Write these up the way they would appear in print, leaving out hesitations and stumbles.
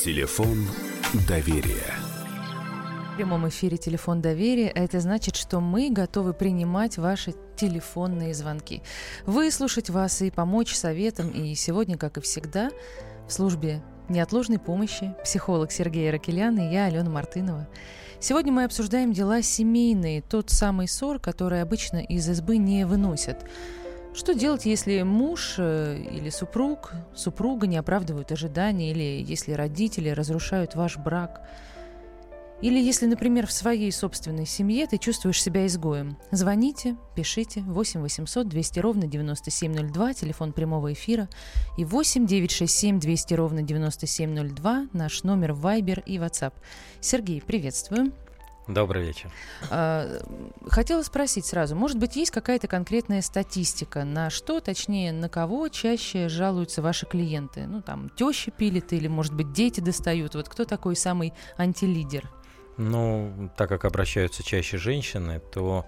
Телефон доверия. В прямом эфире «Телефон доверия». Это значит, что мы готовы принимать ваши телефонные звонки, выслушать вас и помочь советом. И сегодня, как и всегда, в службе неотложной помощи психолог Сергей Аракелян и я, Алена Мартынова. Сегодня мы обсуждаем дела семейные, тот самый ссор, который обычно из избы не выносят. Что делать, если муж или супруга не оправдывают ожиданий, или если родители разрушают ваш брак? Или если, например, в своей собственной семье ты чувствуешь себя изгоем? Звоните, пишите 8 800 200 ровно 9702, телефон прямого эфира, и 8 967 200 ровно 9702, наш номер в Viber и WhatsApp. Сергей, приветствую. Добрый вечер. Хотела спросить сразу, может быть, есть какая-то конкретная статистика, на что, точнее, на кого чаще жалуются ваши клиенты? Ну, там, теща пилит или, может быть, дети достают? Вот кто такой самый антилидер? Ну, так как обращаются чаще женщины, то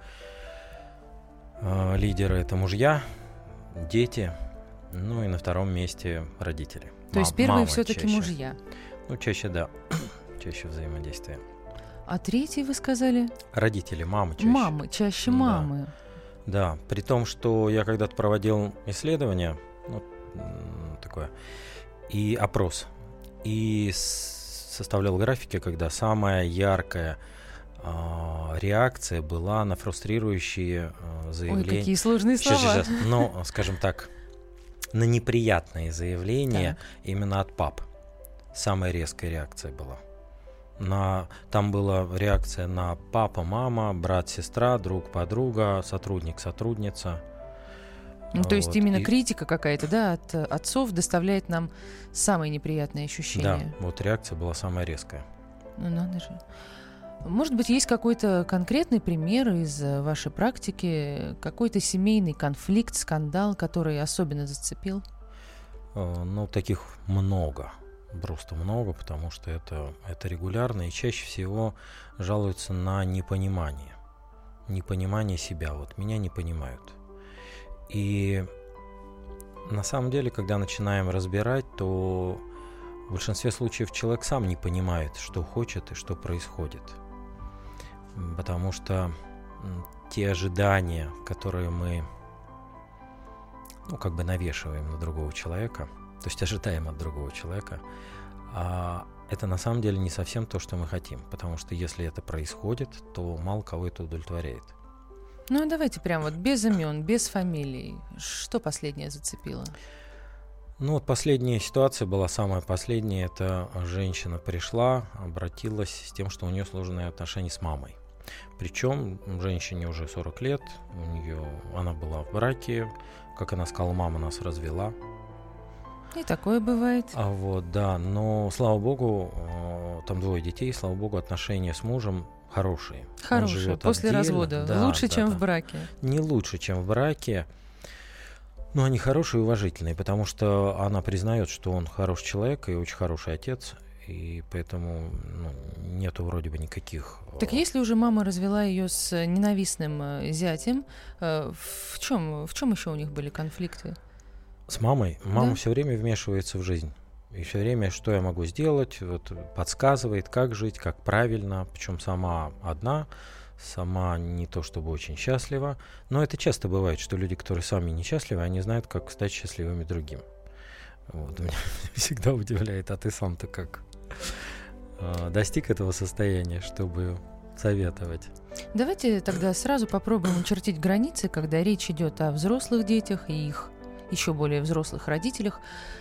лидеры – это мужья, дети, ну и на втором месте родители. То есть первые все-таки мужья? Ну, чаще, да, чаще взаимодействие. А третий, вы сказали? Родители, мамы чаще. Мамы, чаще мамы. Да, при том, что я когда-то проводил исследование, ну, такое, и опрос, и составлял графики, когда самая яркая реакция была на фрустрирующие заявления. Ой, какие сложные слова. Сейчас. Ну, скажем так, на неприятные заявления именно от пап. Самая резкая реакция была. Там была реакция на папа, мама, брат, сестра, друг, подруга, сотрудник, сотрудница. Ну, то есть именно критика какая-то, да, от отцов доставляет нам самые неприятные ощущения. Да, вот реакция была самая резкая. Ну, надо же. Может быть, есть какой-то конкретный пример из вашей практики, какой-то семейный конфликт, скандал, который особенно зацепил? Ну, таких много. Просто много, потому что это регулярно, и чаще всего жалуются на непонимание. Непонимание себя. Вот меня не понимают. И на самом деле, когда начинаем разбирать, то в большинстве случаев человек сам не понимает, что хочет и что происходит. Потому что те ожидания, которые мы, навешиваем на другого человека, то есть ожидаем от другого человека, это на самом деле не совсем то, что мы хотим. Потому что если это происходит, то мало кого это удовлетворяет. Ну, давайте прям вот без имен, без фамилий. Что последнее зацепило? Ну, вот последняя ситуация была самая последняя. Это женщина пришла, обратилась с тем, что у нее сложные отношения с мамой. Причем женщине уже 40 лет, она была в браке. Как она сказала, мама нас развела. И такое бывает. Но, слава богу, там 2 детей, слава богу, отношения с мужем хорошие. Хорошие, после развода. Лучше, чем в браке. Не лучше, чем в браке, но они хорошие и уважительные, потому что она признает, что он хороший человек и очень хороший отец, и поэтому нету вроде бы никаких... Так если уже мама развела ее с ненавистным зятем, в чем еще у них были конфликты? С мамой? Мама все время вмешивается в жизнь. И все время, что я могу сделать, подсказывает, как жить, как правильно. Причем сама одна, сама не то чтобы очень счастлива. Но это часто бывает, что люди, которые сами несчастливы, они знают, как стать счастливыми другим. Меня всегда удивляет, а ты сам-то как достиг этого состояния, чтобы советовать? Давайте тогда сразу попробуем очертить границы, когда речь идет о взрослых детях и их еще более взрослых родителях.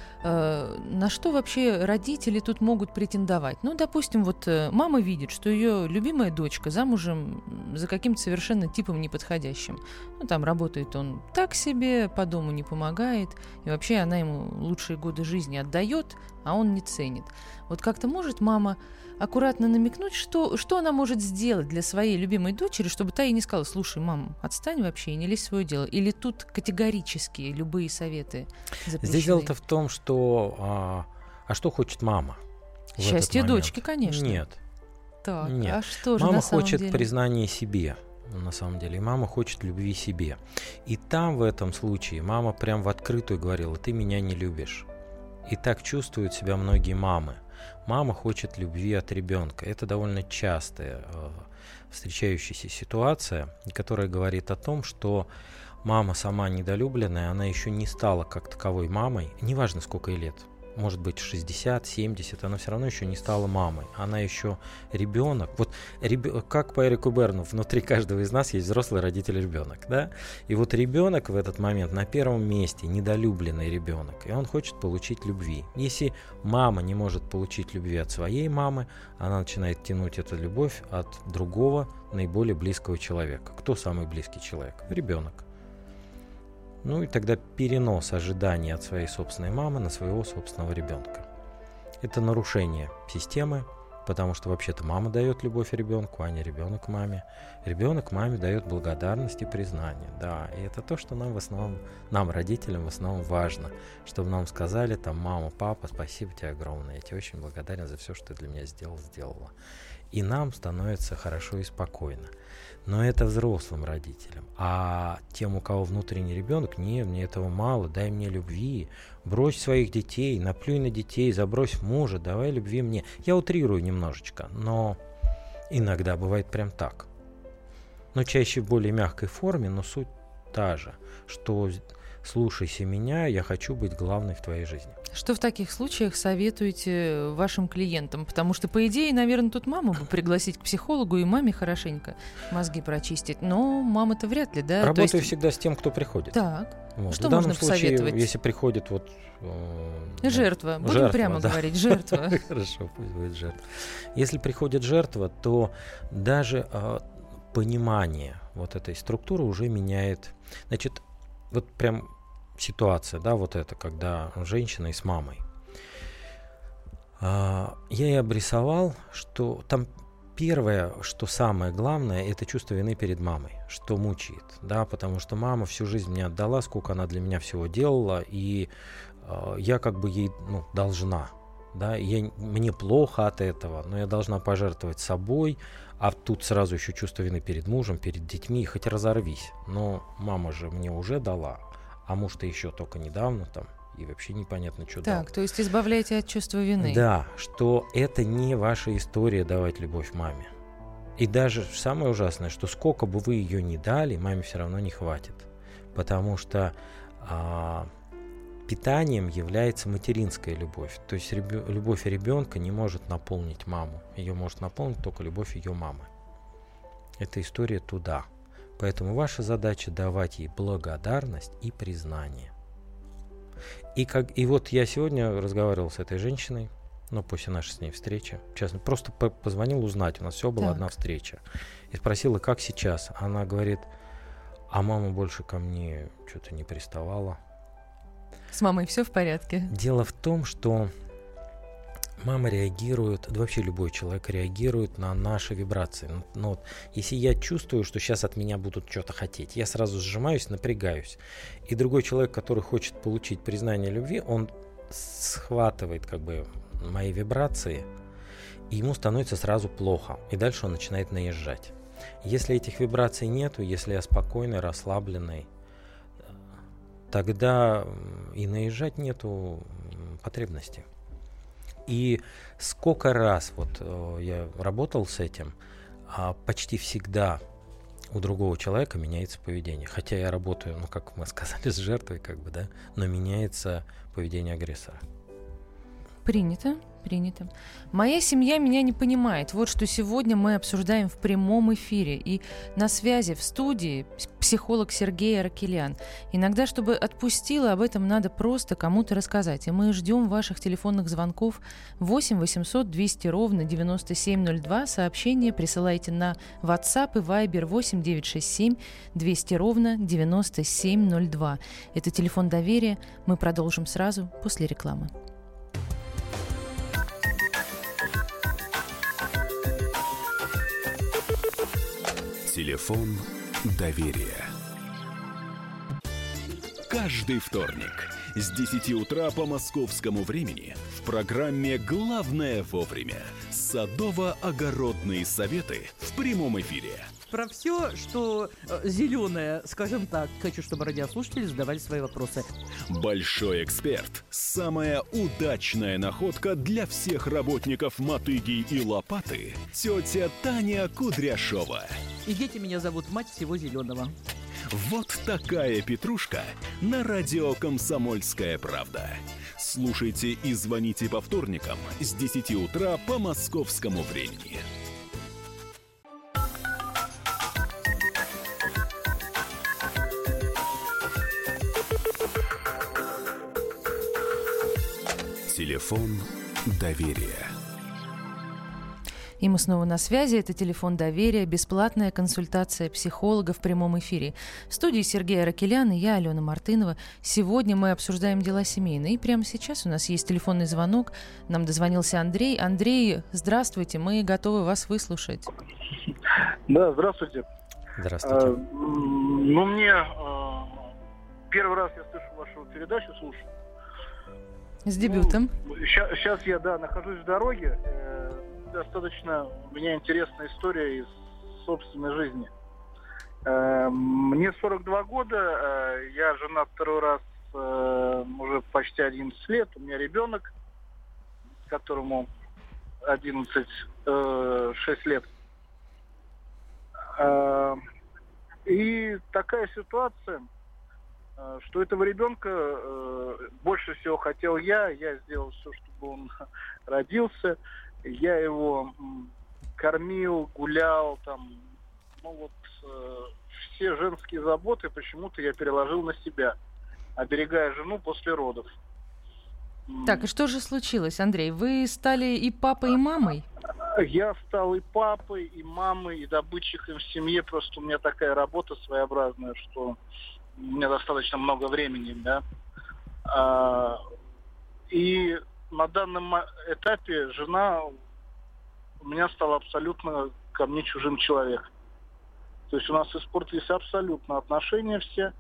На что вообще родители тут могут претендовать? Ну, допустим, мама видит, что ее любимая дочка замужем за каким-то совершенно типом неподходящим. Ну, там работает он так себе, по дому не помогает, и вообще она ему лучшие годы жизни отдает, а он не ценит. Вот как-то может мама аккуратно намекнуть, что она может сделать для своей любимой дочери, чтобы та ей не сказала: слушай, мам, отстань вообще и не лезь в свое дело. Или тут категорически любые советы запрещены? Здесь дело-то в том, что что хочет мама? Счастье дочки, конечно. Нет. Так, нет. А что же мама на самом хочет деле? Признания себе, на самом деле. И мама хочет любви себе. И там, в этом случае, мама прям в открытую говорила: ты меня не любишь. И так чувствуют себя многие мамы. Мама хочет любви от ребенка. Это довольно частая встречающаяся ситуация, которая говорит о том, что мама сама недолюбленная, она еще не стала как таковой мамой, неважно сколько ей лет. Может быть 60, 70, она все равно еще не стала мамой. Она еще ребенок. Вот как по Эрику Берну, внутри каждого из нас есть взрослый родитель и ребенок. Да? И вот ребенок в этот момент на первом месте, недолюбленный ребенок. И он хочет получить любви. Если мама не может получить любви от своей мамы, она начинает тянуть эту любовь от другого, наиболее близкого человека. Кто самый близкий человек? Ребенок. Ну и тогда перенос ожиданий от своей собственной мамы на своего собственного ребенка. Это нарушение системы, потому что вообще-то мама дает любовь ребенку, а не ребенок маме. Ребенок маме дает благодарность и признание. Да, и это то, что нам в основном, нам, родителям, в основном важно, чтобы нам сказали, там, мама, папа, спасибо тебе огромное, я тебе очень благодарен за все, что ты для меня сделала. И нам становится хорошо и спокойно. Но это взрослым родителям. А тем, у кого внутренний ребенок, нет, мне этого мало, дай мне любви, брось своих детей, наплюй на детей, забрось мужа, давай любви мне. Я утрирую немножечко, но иногда бывает прям так. Но чаще в более мягкой форме, но суть та же, что слушайся меня, я хочу быть главной в твоей жизни. Что в таких случаях советуете вашим клиентам? Потому что, по идее, наверное, тут маму бы пригласить к психологу и маме хорошенько мозги прочистить. Но мама-то вряд ли, да? Работаю всегда с тем, кто приходит. Так. Вот. Что в данном можно случае, посоветовать? если приходит вот... Жертва. Будем прямо говорить, жертва. Хорошо, пусть будет жертва. Если приходит жертва, то даже понимание вот этой структуры уже меняет. Значит, вот прям ситуация, да, вот это, когда женщина и с мамой. Я ей обрисовал, что там первое, что самое главное, это чувство вины перед мамой, что мучает, да, потому что мама всю жизнь мне отдала, сколько она для меня всего делала, и я как бы ей, должна, да, мне плохо от этого, но я должна пожертвовать собой, а тут сразу еще чувство вины перед мужем, перед детьми, хоть разорвись, но мама же мне уже дала, а муж-то еще только недавно там, и вообще непонятно, что дал. Так, то есть избавляете от чувства вины. Да, что это не ваша история давать любовь маме. И даже самое ужасное, что сколько бы вы ее ни дали, маме все равно не хватит. Потому что питанием является материнская любовь. То есть любовь ребенка не может наполнить маму. Ее может наполнить только любовь ее мамы. Эта история туда. Поэтому ваша задача давать ей благодарность и признание. И вот я сегодня разговаривал с этой женщиной, после нашей с ней встречи, честно, просто позвонил узнать, у нас всего была одна встреча, и спросила, как сейчас. Она говорит, а мама больше ко мне что-то не приставала. С мамой все в порядке? Дело в том, что мама реагирует, да вообще любой человек реагирует на наши вибрации. Но если я чувствую, что сейчас от меня будут что-то хотеть, я сразу сжимаюсь, напрягаюсь. И другой человек, который хочет получить признание любви, он схватывает как бы мои вибрации, и ему становится сразу плохо. И дальше он начинает наезжать. Если этих вибраций нету, если я спокойный, расслабленный, тогда и наезжать нету потребности. И сколько раз я работал с этим, почти всегда у другого человека меняется поведение. Хотя я работаю, как мы сказали, с жертвой, но меняется поведение агрессора. Принято. Моя семья меня не понимает. Вот что сегодня мы обсуждаем в прямом эфире. И на связи в студии психолог Сергей Аракелян. Иногда, чтобы отпустило, об этом надо просто кому-то рассказать. И мы ждем ваших телефонных звонков 8 800 200 ровно 9702. Сообщения присылайте на WhatsApp и Viber 8 967 200 ровно 9702. Это телефон доверия. Мы продолжим сразу после рекламы. Телефон доверия. Каждый вторник с 10 утра по московскому времени в программе «Главное вовремя» садово-огородные советы в прямом эфире. про все, что зеленое, скажем так. Хочу, чтобы радиослушатели задавали свои вопросы. Большой эксперт. Самая удачная находка для всех работников «Мотыги» и «Лопаты» — тетя Таня Кудряшова. И дети меня зовут мать всего зеленого. Вот такая петрушка на радио «Комсомольская правда». Слушайте и звоните по вторникам с 10 утра по московскому времени. Телефон доверия. И мы снова на связи. Это телефон доверия, бесплатная консультация психолога в прямом эфире. В студии Сергей Аракелян и я, Алена Мартынова. Сегодня мы обсуждаем дела семейные. И прямо сейчас у нас есть телефонный звонок. Нам дозвонился Андрей. Андрей, здравствуйте, мы готовы вас выслушать. Да, здравствуйте. Здравствуйте. Мне первый раз я слышу вашу передачу, слушаю. С дебютом. Сейчас я, нахожусь в дороге. Достаточно у меня интересная история из собственной жизни. Мне 42 года, я женат второй раз уже почти 11 лет. У меня ребенок, которому 6 лет. И такая ситуация, что этого ребенка больше всего хотел я сделал все, чтобы он родился. Я его кормил, гулял, все женские заботы почему-то я переложил на себя, оберегая жену после родов. Так, и что же случилось, Андрей? Вы стали и папой, и мамой? Я стал и папой, и мамой, и добытчиком в семье. Просто у меня такая работа своеобразная, что у меня достаточно много времени, да. И на данном этапе жена у меня стала абсолютно ко мне чужим человеком. То есть у нас испортились абсолютно отношения все.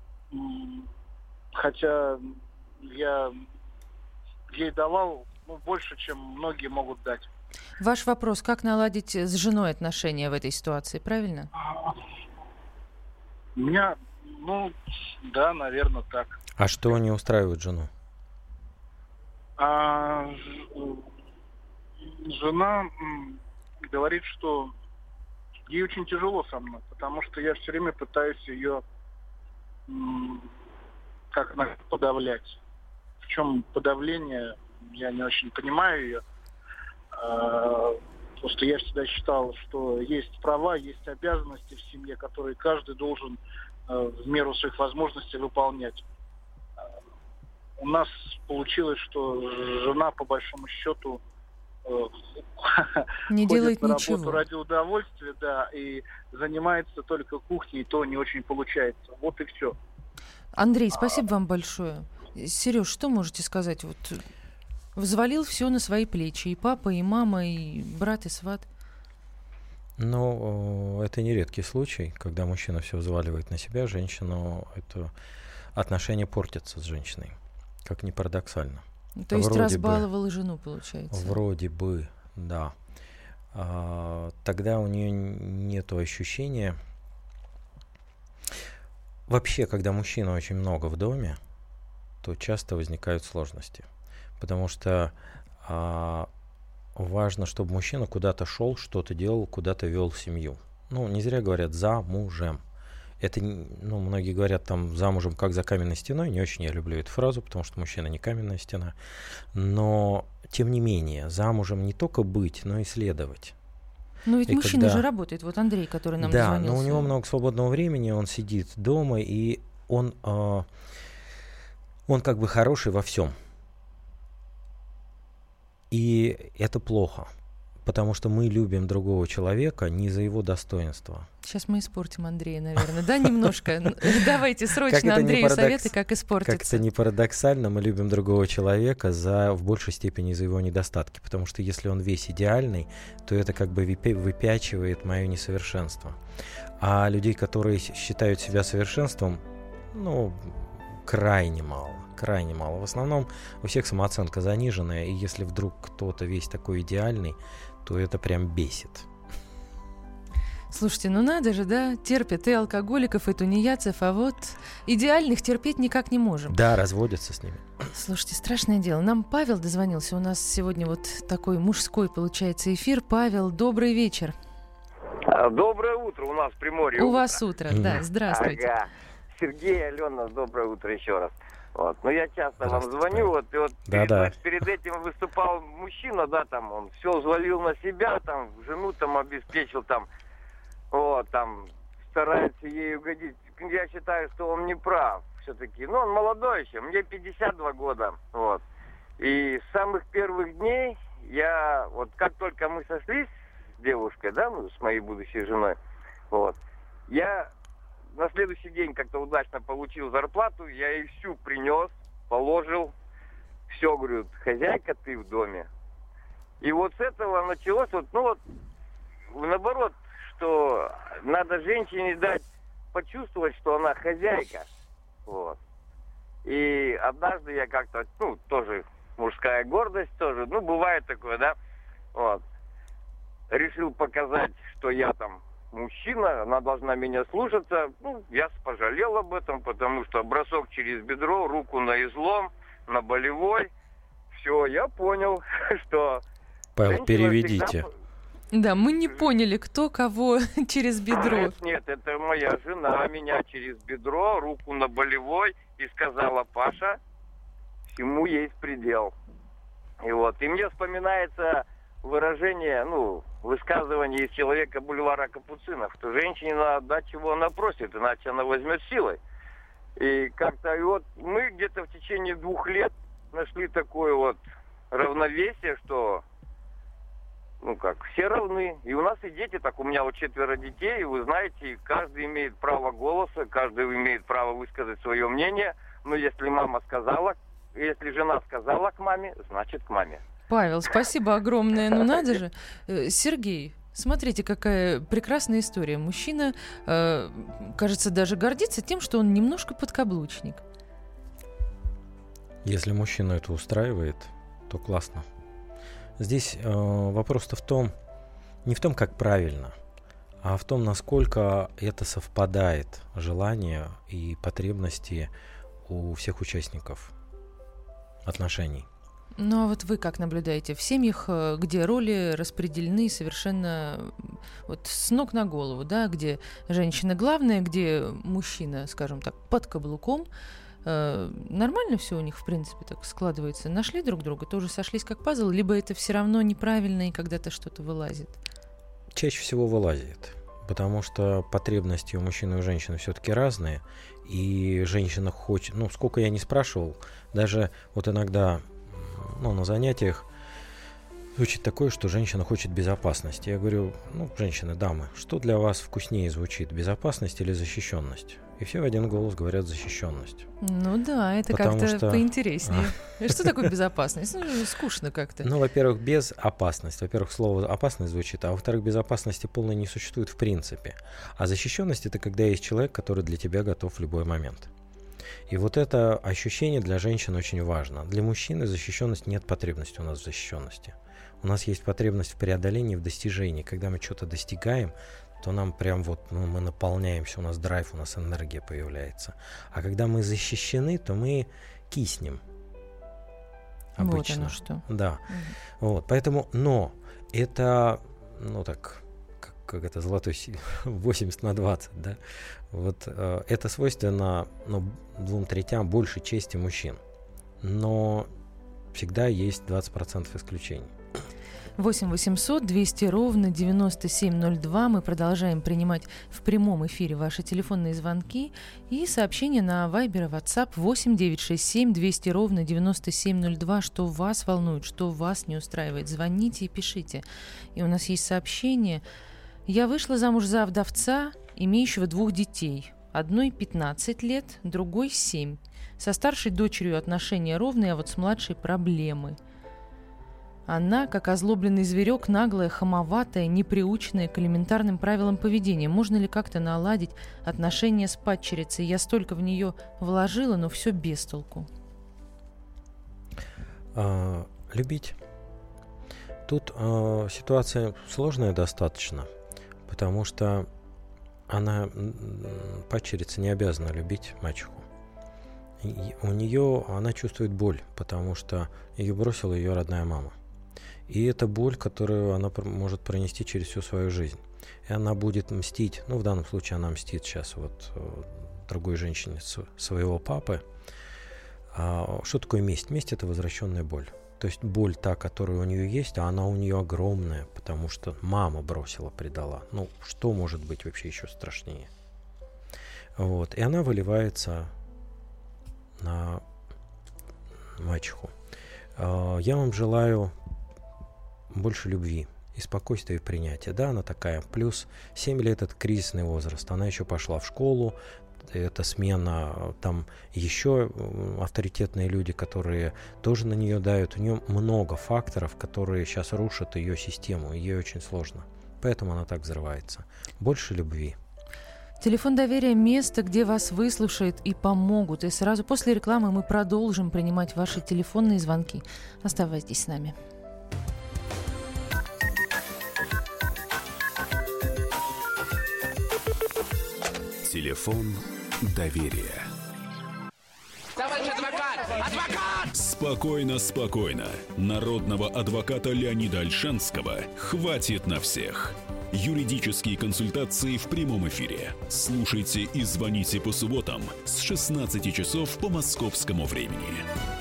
Хотя я ей давал больше, чем многие могут дать. Ваш вопрос, как наладить с женой отношения в этой ситуации, правильно? У меня, да, наверное, так. А что не устраивает жену? Жена говорит, что ей очень тяжело со мной, потому что я все время пытаюсь ее как-то подавлять. В чем подавление, я не очень понимаю ее. Просто я всегда считал, что есть права, есть обязанности в семье, которые каждый должен в меру своих возможностей выполнять. У нас получилось, что жена, по большому счету, не делает ходит на ничего. работу ради удовольствия, да, и занимается только кухней, и то не очень получается. Вот и все. Андрей, спасибо вам большое. Сереж, что можете сказать? Вот взвалил все на свои плечи. И папа, и мама, и брат, и сват. Это не редкий случай, когда мужчина все взваливает на себя, женщину, это отношения портятся с женщиной, как ни парадоксально. То есть разбаловал и жену, получается. Вроде бы, да. Тогда у нее нет ощущения. Вообще, когда мужчина очень много в доме, то часто возникают сложности. Потому что важно, чтобы мужчина куда-то шел, что-то делал, куда-то вел семью. Не зря говорят «за мужем». Это, многие говорят там «замужем, как за каменной стеной». Не очень я люблю эту фразу, потому что мужчина не каменная стена. Но, тем не менее, замужем не только быть, но и следовать. Но ведь мужчина же работает. Вот Андрей, который нам дозвонился. Да, но у него много свободного времени, он сидит дома, и он как бы хороший во всем. И это плохо, потому что мы любим другого человека не за его достоинство. Сейчас мы испортим Андрея, наверное. Да, немножко. Давайте срочно Андрею советы, как испортиться. Как это не парадоксально, мы любим другого человека в большей степени за его недостатки. Потому что если он весь идеальный, то это как бы выпячивает мое несовершенство. А людей, которые считают себя совершенством, крайне мало. Крайне мало. В основном у всех самооценка заниженная, и если вдруг кто-то весь такой идеальный, то это прям бесит. Слушайте, ну надо же, да, терпят и алкоголиков, и тунеядцев, а вот идеальных терпеть никак не можем. Да, разводятся с ними. Слушайте, страшное дело. Нам Павел дозвонился. У нас сегодня вот такой мужской, получается, эфир. Павел, добрый вечер. Доброе утро, у нас в Приморье. У вас утро, да, здравствуйте. Ага. Сергей, Алена, доброе утро еще раз. Вот. Ну, я часто вам звоню, вот, и вот перед этим выступал мужчина, да, там, он все взвалил на себя, там, жену там обеспечил, там, вот, там, старается ей угодить. Я считаю, что он не прав все-таки. Ну, он молодой еще, мне 52 года, вот. И с самых первых дней я, вот, как только мы сошлись с девушкой, да, ну, с моей будущей женой, вот, я на следующий день как-то удачно получил зарплату, я ей всю принес, положил, все, говорю, хозяйка ты в доме. И вот с этого началось, вот, ну вот, наоборот, что надо женщине дать почувствовать, что она хозяйка, вот. И однажды я как-то, ну, тоже мужская гордость, тоже, ну, бывает такое, да, вот, решил показать, что я там мужчина, она должна меня слушаться. Ну, я пожалел об этом, потому что бросок через бедро, руку на излом, на болевой. Все, я понял, что... Павел, переведите. Всегда... Да, мы не поняли, кто кого через бедро. Нет, это моя жена меня через бедро, руку на болевой, и сказала: Паша, всему есть предел. И вот, и мне вспоминается выражение, ну, высказывание из «Человека бульвара Капуцинов», что женщине надо дать, чего она просит, иначе она возьмет силой. И как-то и вот мы где-то в течение 2 лет нашли такое вот равновесие, что, ну как, все равны. И у нас и дети, так у меня вот 4 детей, и вы знаете, каждый имеет право голоса, каждый имеет право высказать свое мнение. Но если мама сказала, если жена сказала к маме, значит к маме. Павел, спасибо огромное. Ну надо же. Сергей, смотрите, какая прекрасная история. Мужчина, кажется, даже гордится тем, что он немножко подкаблучник. Если мужчину это устраивает, то классно. Здесь вопрос-то в том, не в том, как правильно, а в том, насколько это совпадает желания и потребности у всех участников отношений. Ну а вот вы как наблюдаете в семьях, где роли распределены совершенно вот с ног на голову, да, где женщина главная, где мужчина, скажем так, под каблуком, нормально все у них, в принципе, так складывается? Нашли друг друга, тоже сошлись как пазл, либо это все равно неправильно и когда-то что-то вылазит? Чаще всего вылазит, потому что потребности у мужчины и у женщины все-таки разные, и женщина хочет, ну, сколько я не спрашивал, даже вот иногда, ну, на занятиях звучит такое, что женщина хочет безопасности. Я говорю, ну, женщины, дамы, что для вас вкуснее звучит, безопасность или защищенность? И все в один голос говорят защищенность. Ну да, это как-то поинтереснее. Что такое безопасность? Ну, скучно как-то. Ну, во-первых, безопасность. Во-первых, слово опасность звучит, а во-вторых, безопасности полной не существует в принципе. А защищенность — это когда есть человек, который для тебя готов в любой момент. И вот это ощущение для женщин очень важно. Для мужчины защищенность, нет потребности у нас в защищенности. У нас есть потребность в преодолении, в достижении. Когда мы что-то достигаем, то нам прям вот, ну, мы наполняемся, у нас драйв, у нас энергия появляется. А когда мы защищены, то мы киснем. Обычно. Вот оно что. Да. Вот, поэтому, но это, ну так, как это золотой 80/20, да? Вот это свойственно, ну, 2/3 больше чести мужчин. Но всегда есть 20% исключений. 8 800 200 ровно 9702. Мы продолжаем принимать в прямом эфире ваши телефонные звонки и сообщения на Viber и WhatsApp 8 967 200 ровно 9702. Что вас волнует, что вас не устраивает, звоните и пишите. И у нас есть сообщение. Я вышла замуж за вдовца, имеющего 2 детей. Одной 15 лет, другой 7. Со старшей дочерью отношения ровные, а вот с младшей проблемы. Она, как озлобленный зверек, наглая, хамоватая, неприученная к элементарным правилам поведения. Можно ли как-то наладить отношения с падчерицей? Я столько в нее вложила, но все без толку. Любить. Тут ситуация сложная достаточно, потому что падчерица не обязана любить мачеху. Она чувствует боль, потому что ее бросила ее родная мама. И это боль, которую она может пронести через всю свою жизнь. И она будет мстить, в данном случае она мстит сейчас другой женщине своего папы. Что такое месть? Месть – это возвращенная боль. То есть боль та, которая у нее есть, а она у нее огромная, потому что мама бросила, предала. Что может быть вообще еще страшнее? И она выливается на мачеху. Я вам желаю больше любви и спокойствия и принятия. Да, она такая. Плюс 7 лет – это кризисный возраст. Она еще пошла в школу. Это смена, там еще авторитетные люди, которые тоже на нее давят. У нее много факторов, которые сейчас рушат ее систему. Ей очень сложно. Поэтому она так взрывается. Больше любви. Телефон доверия – место, где вас выслушают и помогут. И сразу после рекламы мы продолжим принимать ваши телефонные звонки. Оставайтесь с нами. Телефон доверия. Товарищ адвокат! Адвокат! Спокойно, спокойно. Народного адвоката Леонида Ольшанского хватит на всех. Юридические консультации в прямом эфире. Слушайте и звоните по субботам с 16 часов по московскому времени.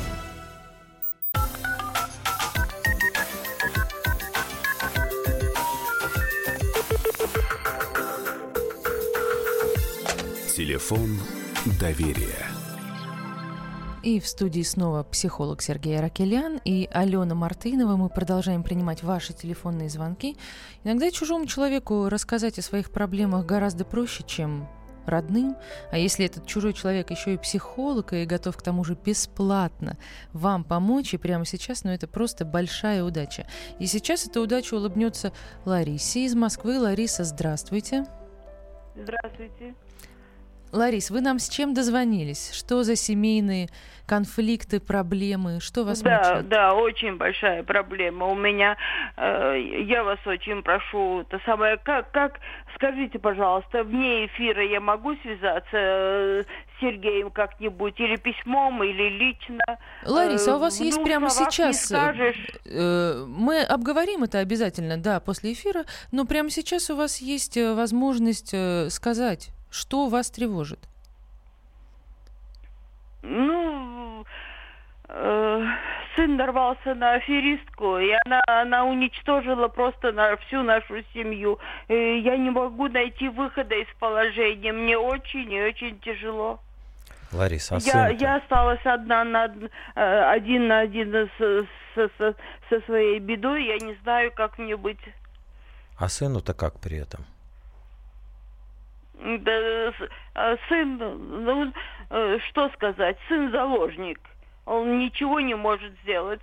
Телефон доверия. И в студии снова психолог Сергей Аракелян и Алена Мартынова. Мы продолжаем принимать ваши телефонные звонки. Иногда чужому человеку рассказать о своих проблемах гораздо проще, чем родным. А если этот чужой человек еще и психолог и готов к тому же бесплатно вам помочь, и прямо сейчас, это просто большая удача. И сейчас эта удача улыбнется Ларисе из Москвы. Лариса, здравствуйте. Здравствуйте. Ларис, вы нам с чем дозвонились? Что за семейные конфликты, проблемы? Что вас мучает? Да, очень большая проблема у меня. Я вас очень прошу, как, скажите, пожалуйста, вне эфира я могу связаться с Сергеем как-нибудь, или письмом, или лично? Лариса, у вас есть прямо сейчас... Мы обговорим это обязательно, да, после эфира, но прямо сейчас у вас есть возможность сказать, что вас тревожит? Сын нарвался на аферистку, и она уничтожила просто всю нашу семью. Я не могу найти выхода из положения. Мне очень и очень тяжело. Лариса, я осталась один на один со своей бедой. Я не знаю, как мне быть. А сыну-то как при этом? Да, сын, что сказать, сын заложник. Он ничего не может сделать.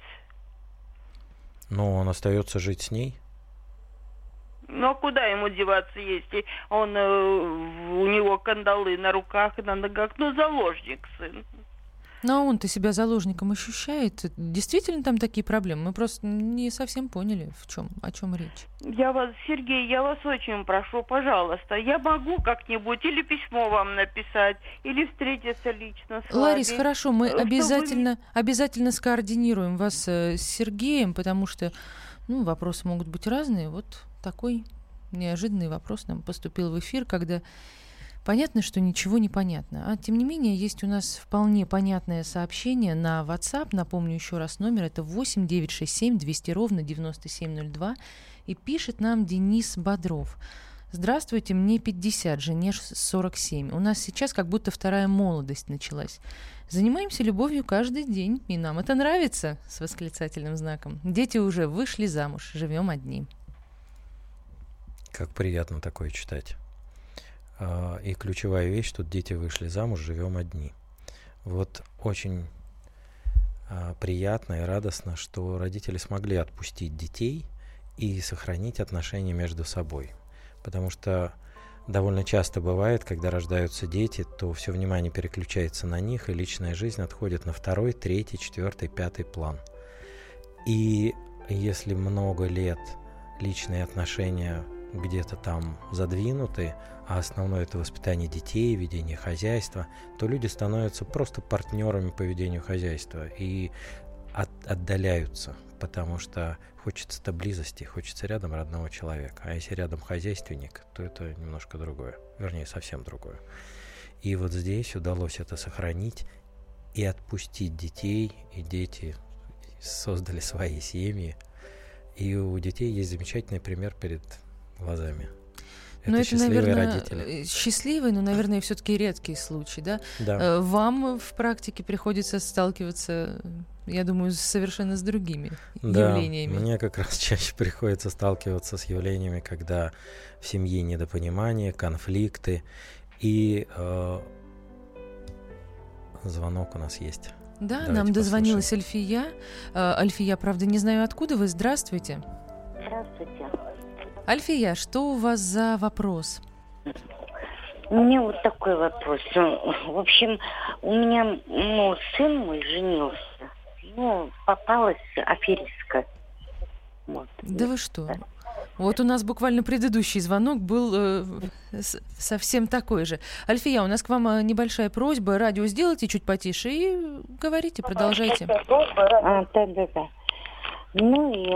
Но он остается жить с ней? А куда ему деваться, если у него кандалы на руках и на ногах? Заложник сын. Но он-то себя заложником ощущает. Действительно там такие проблемы? Мы просто не совсем поняли, о чем речь. Сергей, я вас очень прошу, пожалуйста, я могу как-нибудь или письмо вам написать, или встретиться лично с вами. Ларис, хорошо, мы обязательно скоординируем вас с Сергеем, потому что вопросы могут быть разные. Вот такой неожиданный вопрос нам поступил в эфир, когда... Понятно, что ничего не понятно. А тем не менее, есть у нас вполне понятное сообщение на WhatsApp. Напомню еще раз номер. Это 8 967 200 ровно 9702. И пишет нам Денис Бодров. Здравствуйте, мне 50, жене 47. У нас сейчас как будто вторая молодость началась. Занимаемся любовью каждый день, и нам это нравится, с восклицательным знаком. Дети уже вышли замуж, живем одни. Как приятно такое читать. И ключевая вещь, что дети вышли замуж, живем одни. Вот очень приятно и радостно, что родители смогли отпустить детей и сохранить отношения между собой. Потому что довольно часто бывает, когда рождаются дети, то все внимание переключается на них, и личная жизнь отходит на 2-й, 3-й, 4-й, 5-й план. И если много лет личные отношения где-то там задвинуты, а основное это воспитание детей, ведение хозяйства, то люди становятся просто партнерами по ведению хозяйства и отдаляются, потому что хочется-то близости, хочется рядом родного человека. А если рядом хозяйственник, то это немножко другое, вернее, совсем другое. И вот здесь удалось это сохранить и отпустить детей, и дети создали свои семьи. И у детей есть замечательный пример перед глазами. Это счастливые, наверное, родители. Счастливый, но, наверное, все-таки редкий случай, да? Да. Вам в практике приходится сталкиваться, я думаю, совершенно с другими явлениями. Мне как раз чаще приходится сталкиваться с явлениями, когда в семье недопонимание, конфликты. И звонок у нас есть. Да, Давайте нам дозвонилась послушаем. Альфия. Альфия, правда, не знаю, откуда вы. Здравствуйте. Здравствуйте. Альфия, что у вас за вопрос? У меня вот такой вопрос. В общем, у меня сын мой женился. Попалась аферистка. Вот. Да вы что? Да. Вот у нас буквально предыдущий звонок был совсем такой же. Альфия, у нас к вам небольшая просьба. Радио сделайте чуть потише и говорите, продолжайте. Да. Ну и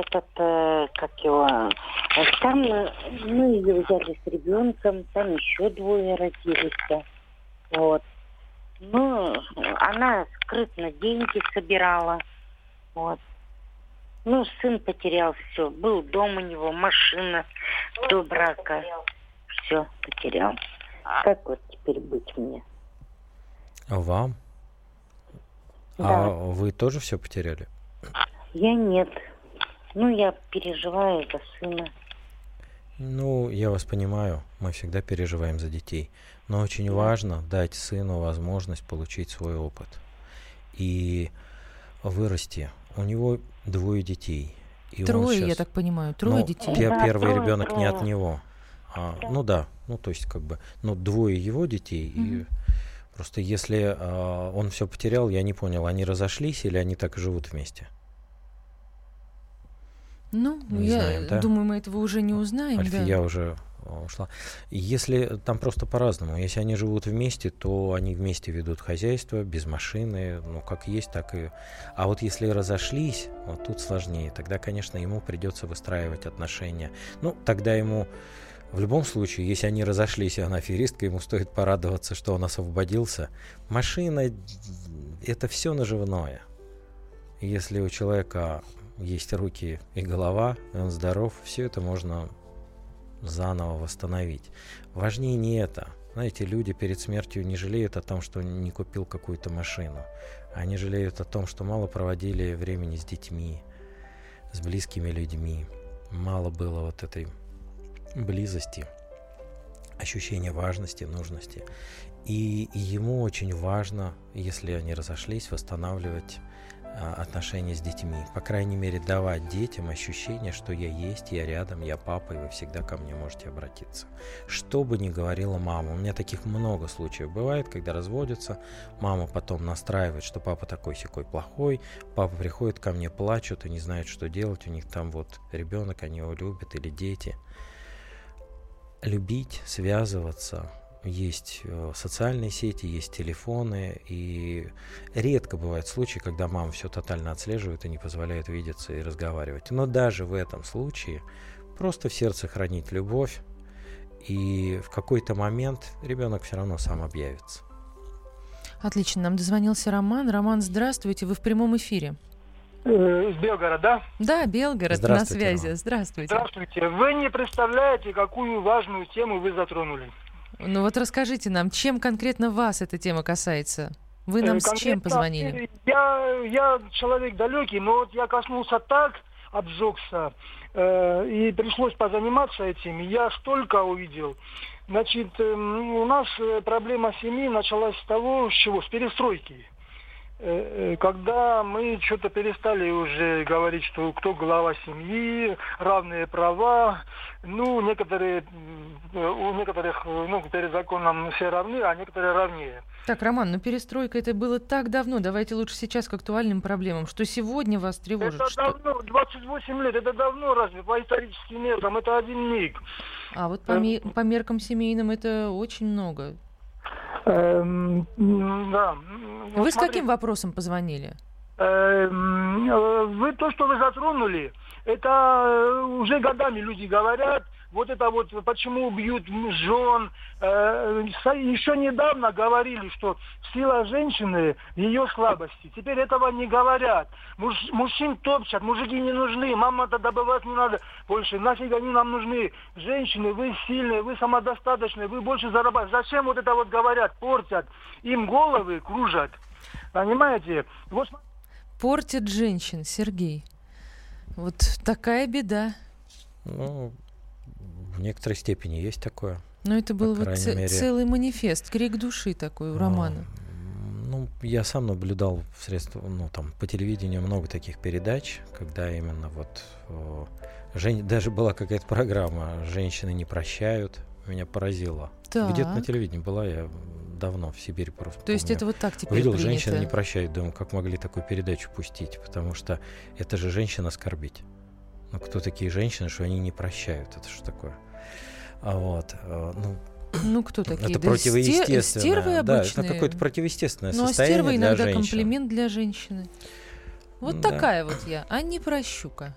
там мы ее взяли с ребенком, там еще 2 родились. Вот. Ну, она скрытно деньги собирала. Вот. Ну, сын потерял все. Был дом у него, машина до брака. Все потерял. Как вот теперь быть мне? Вам? Да. А вы тоже все потеряли? Я нет. Я переживаю за сына. Я вас понимаю. Мы всегда переживаем за детей. Но очень важно дать сыну возможность получить свой опыт. И вырасти. У него 2 детей. И 3, я так понимаю, 3 детей. Первый ребенок не от него. То есть 2 его детей. И просто если он все потерял, я не понял, они разошлись или они так и живут вместе? Думаю, мы этого уже не узнаем. Альфия уже ушла. Если там просто по-разному. Если они живут вместе, то они вместе ведут хозяйство, без машины, как есть, так и... А вот если разошлись, вот тут сложнее. Тогда, конечно, ему придется выстраивать отношения. Тогда ему... В любом случае, если они разошлись, и она аферистка, ему стоит порадоваться, что он освободился. Машина – это все наживное. Если у человека есть руки и голова, и он здоров, все это можно заново восстановить. Важнее не это. Знаете, люди перед смертью не жалеют о том, что не купил какую-то машину. Они жалеют о том, что мало проводили времени с детьми, с близкими людьми. Мало было вот этой близости, ощущения важности, нужности. И ему очень важно, если они разошлись, восстанавливать отношения с детьми. По крайней мере, давать детям ощущение, что я есть, я рядом, я папа, и вы всегда ко мне можете обратиться. Что бы ни говорила мама. У меня таких много случаев бывает, когда разводятся, мама потом настраивает, что папа такой-сякой плохой, папа приходит ко мне, плачут и не знают, что делать, у них там ребенок, они его любят, или дети. Любить, связываться. Есть социальные сети, есть телефоны, и редко бывают случаи, когда мама все тотально отслеживает и не позволяет видеться и разговаривать. Но даже в этом случае просто в сердце хранить любовь, и в какой-то момент ребенок все равно сам объявится. Отлично, нам дозвонился Роман. Роман, здравствуйте, вы в прямом эфире. Из Белгорода, да? Да, Белгород, на связи. Роман. Здравствуйте. Здравствуйте. Вы не представляете, какую важную тему вы затронули. Расскажите нам, чем конкретно вас эта тема касается? Вы нам с чем позвонили? Я человек далекий, но я коснулся так, обжегся, и пришлось позаниматься этим. Я столько увидел. Значит, у нас проблема семьи началась с того, с чего? С перестройки. когда мы что-то перестали уже говорить, что кто глава семьи, равные права, у некоторых, перед законом все равны, а некоторые равнее. Так, Роман, перестройка это было так давно. Давайте лучше сейчас к актуальным проблемам. Что сегодня вас тревожит? Это давно, 28 лет, это давно разве по историческим меркам, это один миг. А вот по меркам семейным это очень много. Да. Вы с каким вопросом позвонили? Вы то, что вы затронули, это уже годами люди говорят. Вот это вот, почему бьют жен. Еще недавно говорили, что сила женщины в ее слабости. Теперь этого не говорят. Мужчин топчат, мужики не нужны, мама-то добывать не надо больше. Нафиг они нам нужны? Женщины, вы сильные, вы самодостаточные, вы больше зарабатываете. Зачем вот это вот говорят, портят? Им головы кружат. Понимаете? Вот... Портят женщин, Сергей. Вот такая беда. В некоторой степени есть такое. Но это был целый манифест, крик души такой у Романа. Я сам наблюдал в средствах, по телевидению много таких передач, когда именно даже была какая-то программа «Женщины не прощают». Меня поразило. Так. Где-то на телевидении была, я давно в Сибири просто. То есть это вот так теперь увидел, принято? «Женщины не прощают». Думаю, как могли такую передачу пустить, потому что это же женщин оскорбить. Кто такие женщины, что они не прощают? Это что такое? Кто такие? Это противоестественное. Стервы обычные. Да, это какое-то противоестественное состояние стерва для иногда женщин. Комплимент для женщины. Вот такая вот я, а не прощука.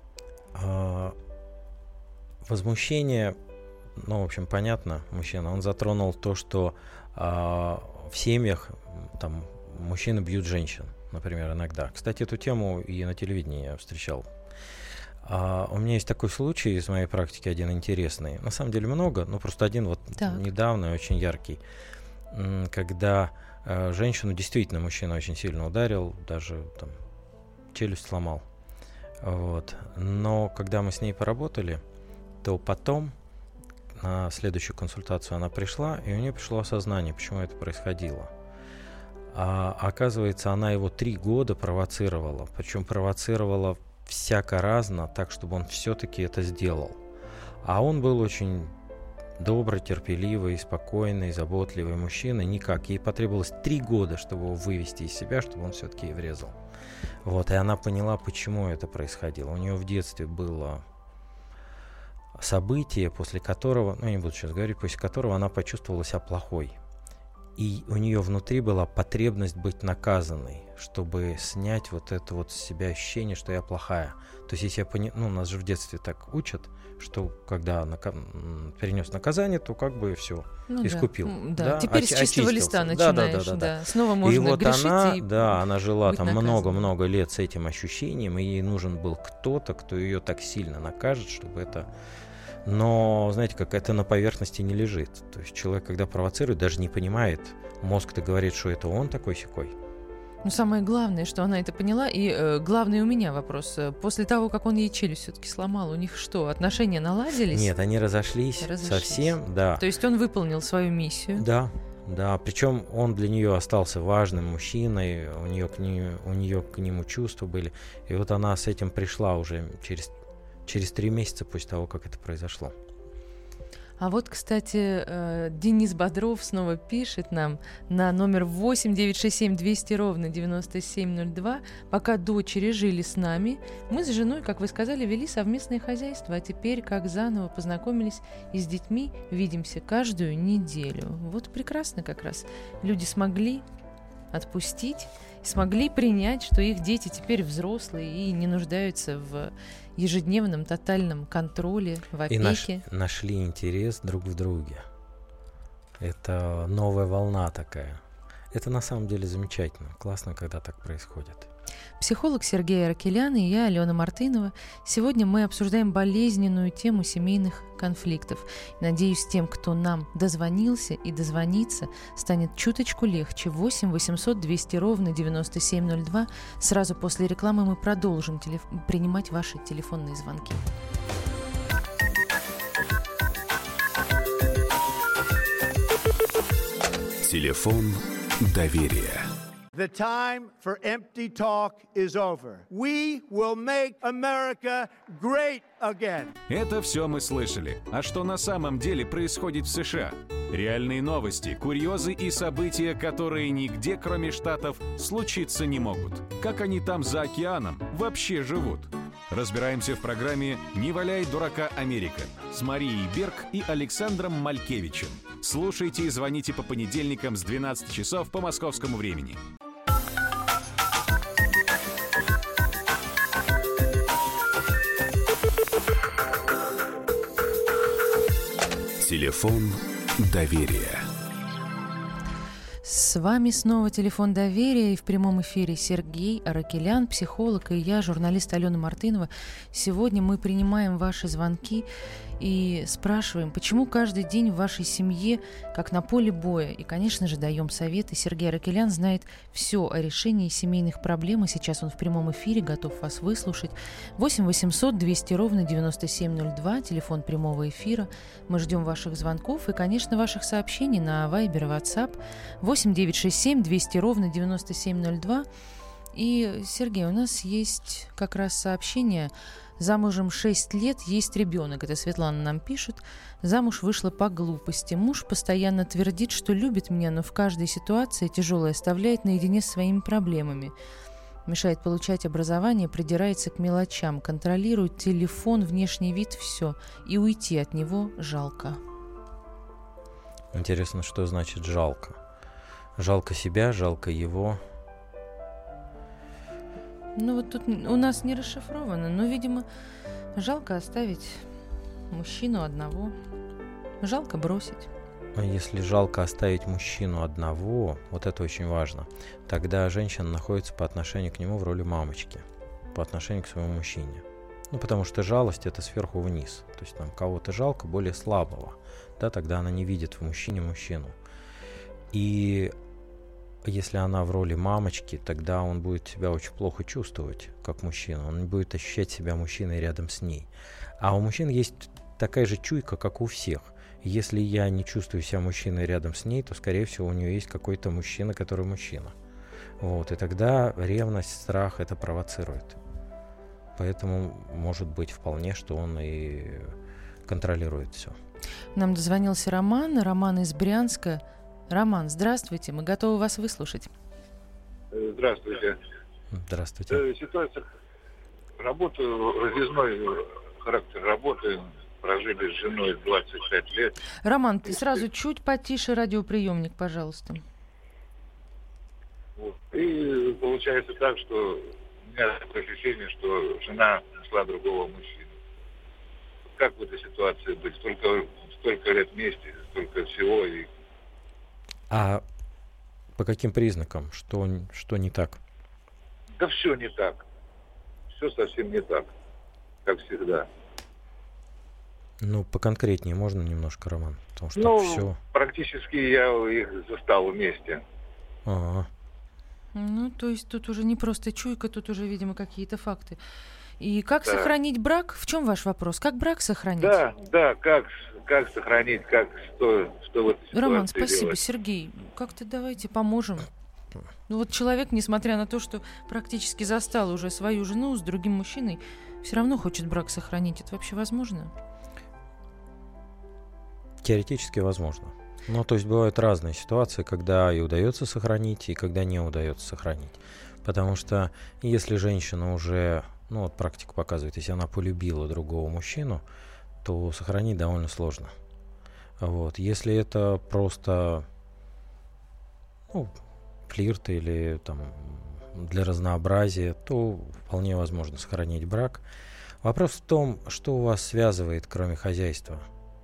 Возмущение, в общем, понятно, мужчина. Он затронул то, что в семьях мужчины бьют женщин, например, иногда. Кстати, эту тему и на телевидении я встречал. У меня есть такой случай из моей практики, один интересный. На самом деле много, но просто один недавно, очень яркий. Когда женщину действительно мужчина очень сильно ударил, даже челюсть сломал. Но когда мы с ней поработали, то потом на следующую консультацию она пришла, и у нее пришло осознание, почему это происходило. Оказывается, она его 3 года провоцировала, причем провоцировала всяко разно, так, чтобы он все-таки это сделал. А он был очень добрый, терпеливый, спокойный, заботливый мужчина. Никак. Ей потребовалось 3 года, чтобы его вывести из себя, чтобы он все-таки ей врезал. И она поняла, почему это происходило. У нее в детстве было событие, после которого, не буду сейчас говорить, после которого она почувствовала себя плохой. И у нее внутри была потребность быть наказанной, чтобы снять вот это с себя ощущение, что я плохая. То есть, если я нас же в детстве так учат, что когда перенес наказание, то все, искупил. Да. Теперь с чистого листа начинаешь. Да. Снова можно грешить. Она жила много-много лет с этим ощущением, и ей нужен был кто-то, кто ее так сильно накажет, чтобы это... Но, знаете, это на поверхности не лежит. То есть человек, когда провоцирует, даже не понимает. Мозг-то говорит, что это он такой-сякой. Самое главное, что она это поняла. И главный у меня вопрос. После того, как он ей челюсть все-таки сломал, у них что, отношения наладились? Нет, они разошлись совсем, да. То есть он выполнил свою миссию? Да. Причем он для нее остался важным мужчиной, у нее к нему чувства были. И она с этим пришла уже через 3 месяца после того, как это произошло. А кстати, Денис Бодров снова пишет нам на номер 8-967-200-97-02. Пока дочери жили с нами, мы с женой, как вы сказали, вели совместное хозяйство, а теперь, как заново познакомились и с детьми, видимся каждую неделю. Прекрасно как раз. Люди смогли отпустить, смогли принять, что их дети теперь взрослые и не нуждаются в ежедневном тотальном контроле, в опеке. И нашли интерес друг в друге. Это новая волна такая. Это на самом деле замечательно. Классно, когда так происходит. Психолог Сергей Аракелян и я, Алена Мартынова. Сегодня мы обсуждаем болезненную тему семейных конфликтов. Надеюсь, тем, кто нам дозвонился и дозвонится, станет чуточку легче. 8-800-200-97-02. Сразу после рекламы мы продолжим принимать ваши телефонные звонки. Телефон доверия. The time for empty talk is over. We will make America great again. Это все мы слышали. А что на самом деле происходит в США? Реальные новости, курьезы и события, которые нигде, кроме Штатов, случиться не могут. Как они там за океаном вообще живут? Разбираемся в программе «Не валяй дурака, Америка» с Марией Берг и Александром Малькевичем. Слушайте и звоните по понедельникам с 12 часов по московскому времени. Телефон доверия. С вами снова телефон доверия, и в прямом эфире Сергей Аракелян, психолог, и я, журналист Алена Мартынова. Сегодня мы принимаем ваши звонки и спрашиваем, почему каждый день в вашей семье как на поле боя. И, конечно же, даем советы. Сергей Аракелян знает все о решении семейных проблем, и сейчас он в прямом эфире, готов вас выслушать. 8 800 200 ровно 9702, телефон прямого эфира. Мы ждем ваших звонков и, конечно, ваших сообщений на Viber и WhatsApp 8 967 200 ровно 9702. И, Сергей, у нас есть как раз сообщение. Замужем 6 лет, есть ребенок. Это Светлана нам пишет. Замуж вышла по глупости. Муж постоянно твердит, что любит меня, но в каждой ситуации тяжелой оставляет наедине с своими проблемами. Мешает получать образование, придирается к мелочам, контролирует телефон, внешний вид, все. И уйти от него жалко. Интересно, что значит жалко? Жалко себя, жалко его. Ну вот тут у нас не расшифровано, но, видимо, жалко оставить мужчину одного. Жалко бросить. А если жалко оставить мужчину одного, вот это очень важно, тогда женщина находится по отношению к нему в роли мамочки, по отношению к своему мужчине. Ну, потому что жалость – это сверху вниз. То есть нам кого-то жалко, более слабого. Да, тогда она не видит в мужчине мужчину. И если она в роли мамочки, тогда он будет себя очень плохо чувствовать, как мужчина. Он не будет ощущать себя мужчиной рядом с ней. А у мужчин есть такая же чуйка, как у всех. Если я не чувствую себя мужчиной рядом с ней, то, скорее всего, у нее есть какой-то мужчина, который мужчина. Вот. И тогда ревность, страх это провоцирует. Поэтому может быть вполне, что он и контролирует все. Нам дозвонился Роман. Роман из Брянска. Роман, здравствуйте, мы готовы вас выслушать. Здравствуйте. Здравствуйте. Ситуация, работаю, разъездной характер работы, прожили с женой 25 лет. Роман, ты сразу чуть потише радиоприемник, пожалуйста. Вот. И получается так, что у меня такое ощущение, что жена нашла другого мужчину. Как в этой ситуации быть? Столько лет вместе, столько всего и... А по каким признакам? Что не так? Да все не так. Все совсем не так, как всегда. Ну, поконкретнее можно немножко, Роман? Потому что все... практически я их застал вместе. Ага. Ну, то есть тут уже не просто чуйка, тут уже, видимо, какие-то факты. И как сохранить брак? В чем ваш вопрос? Как брак сохранить? Да, как сохранить, что в этой ситуации Роман, спасибо. делать? Сергей, как-то давайте поможем. Ну вот человек, несмотря на то, что практически застал уже свою жену с другим мужчиной, все равно хочет брак сохранить. Это вообще возможно? Теоретически возможно. Ну, то есть бывают разные ситуации, когда и удается сохранить, и когда не удается сохранить. Потому что если женщина уже, ну вот практика показывает, если она полюбила другого мужчину, то сохранить довольно сложно. Вот. Если это просто флирт или там для разнообразия, то вполне возможно сохранить брак. Вопрос в том, что у вас связывает, кроме хозяйства.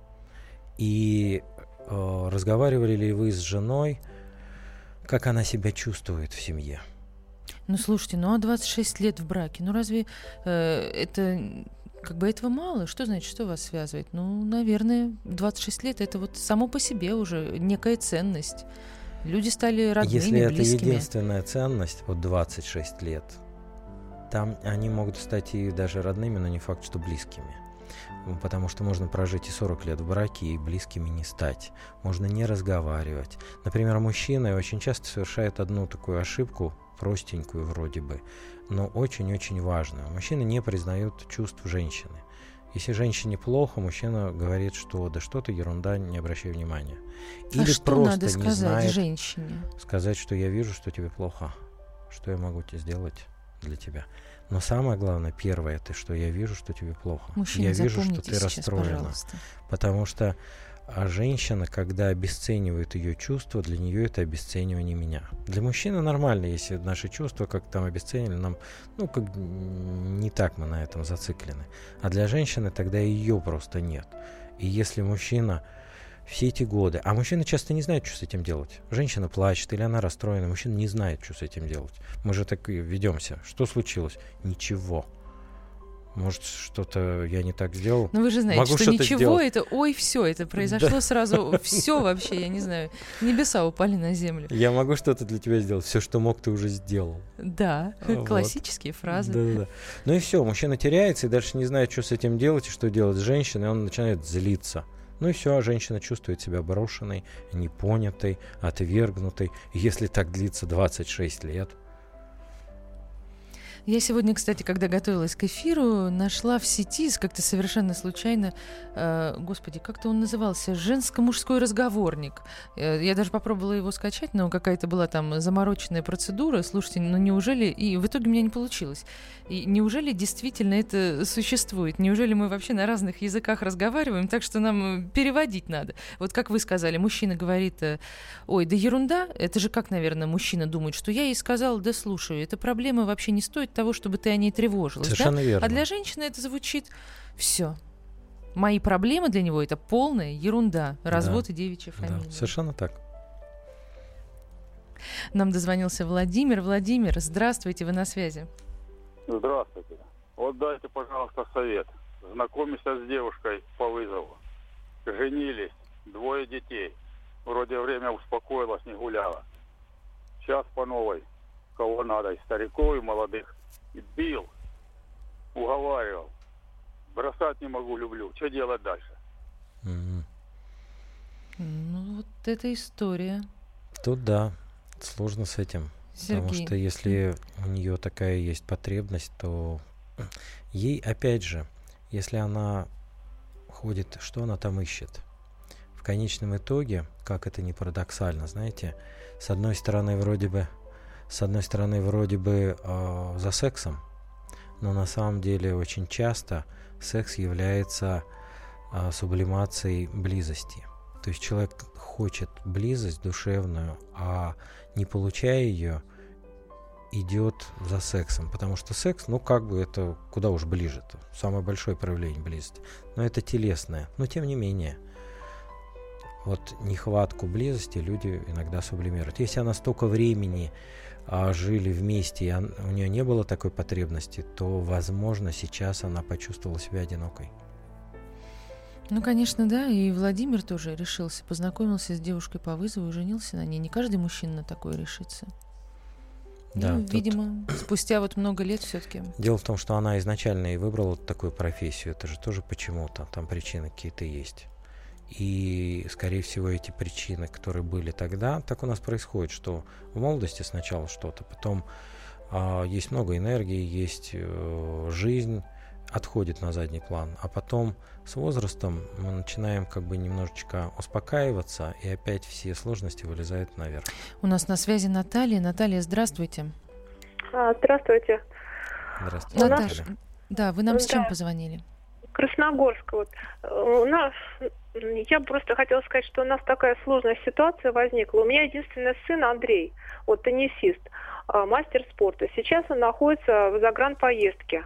И разговаривали ли вы с женой, как она себя чувствует в семье? Ну, слушайте, а 26 лет в браке, разве это... Как бы этого мало? Что значит, что вас связывает? Ну, наверное, 26 лет это вот само по себе уже некая ценность. Люди стали родными, если близкими. Если это единственная ценность, 26 лет, там они могут стать и даже родными, но не факт, что близкими. Потому что можно прожить и 40 лет в браке, и близкими не стать. Можно не разговаривать. Например, мужчина очень часто совершает одну такую ошибку, простенькую вроде бы, но очень-очень важную. Мужчины не признают чувств женщины. Если женщине плохо, мужчина говорит, что да что-то ерунда, не обращай внимания. Или что просто надо сказать не знает, женщине? Сказать, что я вижу, что тебе плохо. Что я могу тебе сделать для тебя? Но самое главное, первое, это что я вижу, что тебе плохо. Мужчина, я вижу, что ты сейчас, расстроена. Пожалуйста. Потому что женщина, когда обесценивает ее чувства, для нее это обесценивание меня. Для мужчины нормально, если наши чувства как там обесценили, нам, как не так мы на этом зациклены. А для женщины тогда ее просто нет. И если мужчина все эти годы, а мужчина часто не знает, что с этим делать. Женщина плачет или она расстроена, мужчина не знает, что с этим делать. Мы же так и ведемся. Что случилось? Ничего. Может, что-то я не так сделал? Но вы же знаете, что ничего сделать. Это, ой, все, это произошло сразу, все вообще, я не знаю, небеса упали на землю. Я могу что-то для тебя сделать, все, что мог, ты уже сделал. Да, классические фразы. Да. Ну и все, мужчина теряется и дальше не знает, что с этим делать и что делать с женщиной, и он начинает злиться. Ну и все, женщина чувствует себя брошенной, непонятой, отвергнутой, если так длится 26 лет. Я сегодня, кстати, когда готовилась к эфиру, нашла в сети как-то совершенно случайно, господи, как-то он назывался, женско-мужской разговорник. Я даже попробовала его скачать, но какая-то была там замороченная процедура. Слушайте, неужели... И в итоге у меня не получилось. И неужели действительно это существует? Неужели мы вообще на разных языках разговариваем, так что нам переводить надо? Вот как вы сказали, мужчина говорит, ой, да ерунда, это же как, наверное, мужчина думает, что я ей сказала, да слушай, эта проблема вообще не стоит того, чтобы ты о ней тревожилась. Совершенно верно. А для женщины это звучит все. Мои проблемы для него это полная ерунда. Развод и девичья фамилия. Да, совершенно так. Нам дозвонился Владимир. Владимир, здравствуйте, вы на связи. Здравствуйте. Вот дайте, пожалуйста, совет. Знакомимся с девушкой по вызову. Женились, 2 детей. Вроде время успокоилось, не гуляла. Сейчас по новой. Кого надо, и стариков, и молодых. И бил, уговаривал. Бросать не могу, люблю. Что делать дальше? Ну, вот эта история. Тут да, сложно с этим. Сергей. Потому что если у нее такая есть потребность, то ей, опять же, если она ходит, что она там ищет? В конечном итоге, как это ни парадоксально, знаете, с одной стороны вроде бы за сексом, но на самом деле очень часто секс является сублимацией близости. То есть человек хочет близость душевную, а не получая ее, идет за сексом. Потому что секс, это куда уж ближе-то. Самое большое проявление близости. Но это телесное. Но тем не менее, вот нехватку близости люди иногда сублимируют. Если она столько времени жили вместе, и у нее не было такой потребности, то, возможно, сейчас она почувствовала себя одинокой. Ну, конечно, да, и Владимир тоже решился, познакомился с девушкой по вызову и женился на ней. Не каждый мужчина на такое решится. Да, видимо, спустя много лет все-таки. Дело в том, что она изначально и выбрала такую профессию. Это же тоже почему-то, там причины какие-то есть. И, скорее всего, эти причины, которые были тогда, так у нас происходит, что в молодости сначала что-то, потом есть много энергии, есть жизнь, отходит на задний план, а потом с возрастом мы начинаем немножечко успокаиваться, и опять все сложности вылезают наверх. У нас на связи Наталья. Наталья, здравствуйте. Здравствуйте. Здравствуйте. Наташа, да, вы нам с чем позвонили? Красногорск. У нас, я просто хотела сказать, что у нас такая сложная ситуация возникла. У меня единственный сын Андрей, теннисист, мастер спорта. Сейчас он находится в загранпоездке.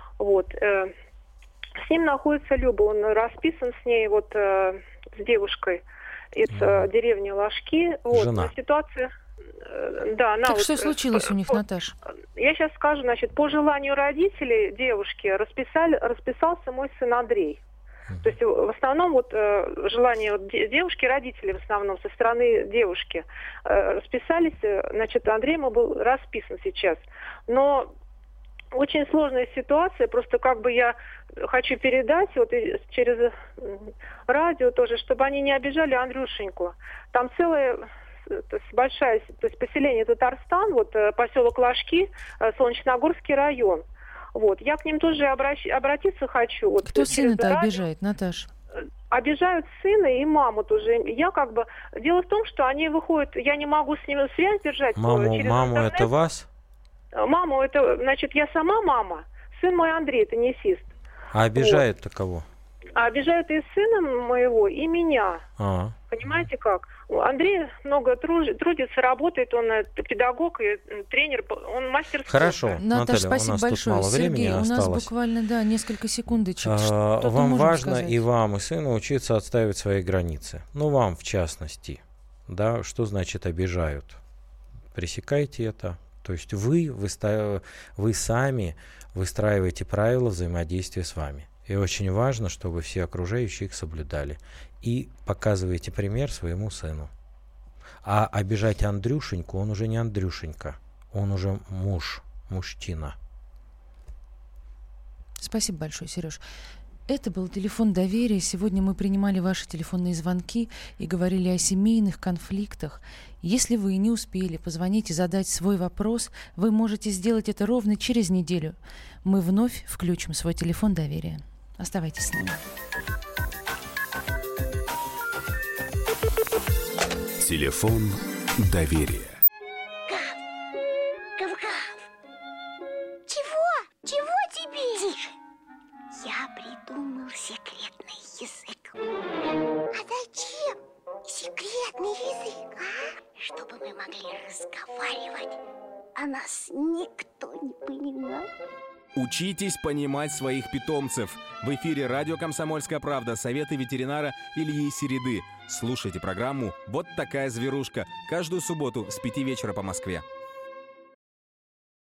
С ним находится Люба, он расписан с ней, с девушкой из деревни Ложки. Жена. Ситуация... Да, она так что случилось у них, Наташа? Я сейчас скажу, по желанию родителей девушки расписался мой сын Андрей. То есть в основном желание девушки, родители в основном со стороны девушки расписались, Андрей ему был расписан сейчас. Но очень сложная ситуация, просто как бы я хочу передать вот через радио тоже, чтобы они не обижали Андрюшеньку. Там целая, то есть большая, то есть поселение Татарстан, вот поселок Ложки, Солнечногорский район. Вот, я к ним тоже обратиться хочу. Вот, кто сына-то обижает, Наташа? Обижают сына и маму тоже. Я как бы... Дело в том, что они выходят... Я не могу с ними связь держать. Маму интернет. Это вас? Маму это... Значит, я сама мама. Сын мой Андрей, теннисист. А обижают-то вот. Кого? А обижают и сына моего, и меня. Понимаете как? Андрей много трудится, работает, он педагог и тренер, он мастер спорта. Хорошо, Наташа, спасибо большое. Сергей, у нас осталось. буквально, несколько секундочек. Вам важно сказать? И вам, и сыну учиться отстаивать свои границы. Ну, вам в частности. Да, что значит обижают? Пресекайте это. То есть вы сами выстраиваете правила взаимодействия с вами. И очень важно, чтобы все окружающие их соблюдали. И показываете пример своему сыну. А обижать Андрюшеньку, он уже не Андрюшенька. Он уже мужчина. Спасибо большое, Сереж. Это был телефон доверия. Сегодня мы принимали ваши телефонные звонки и говорили о семейных конфликтах. Если вы не успели позвонить и задать свой вопрос, вы можете сделать это ровно через неделю. Мы вновь включим свой телефон доверия. Оставайтесь с нами. Телефон доверия. Гав. Чего? Чего тебе? Тише. Я придумал секретный язык. А зачем секретный язык, а? Чтобы мы могли разговаривать, а нас никто не понимал. Учитесь понимать своих питомцев. В эфире радио «Комсомольская правда». Советы ветеринара Ильи Середы. Слушайте программу «Вот такая зверушка» каждую субботу с 5 вечера по Москве.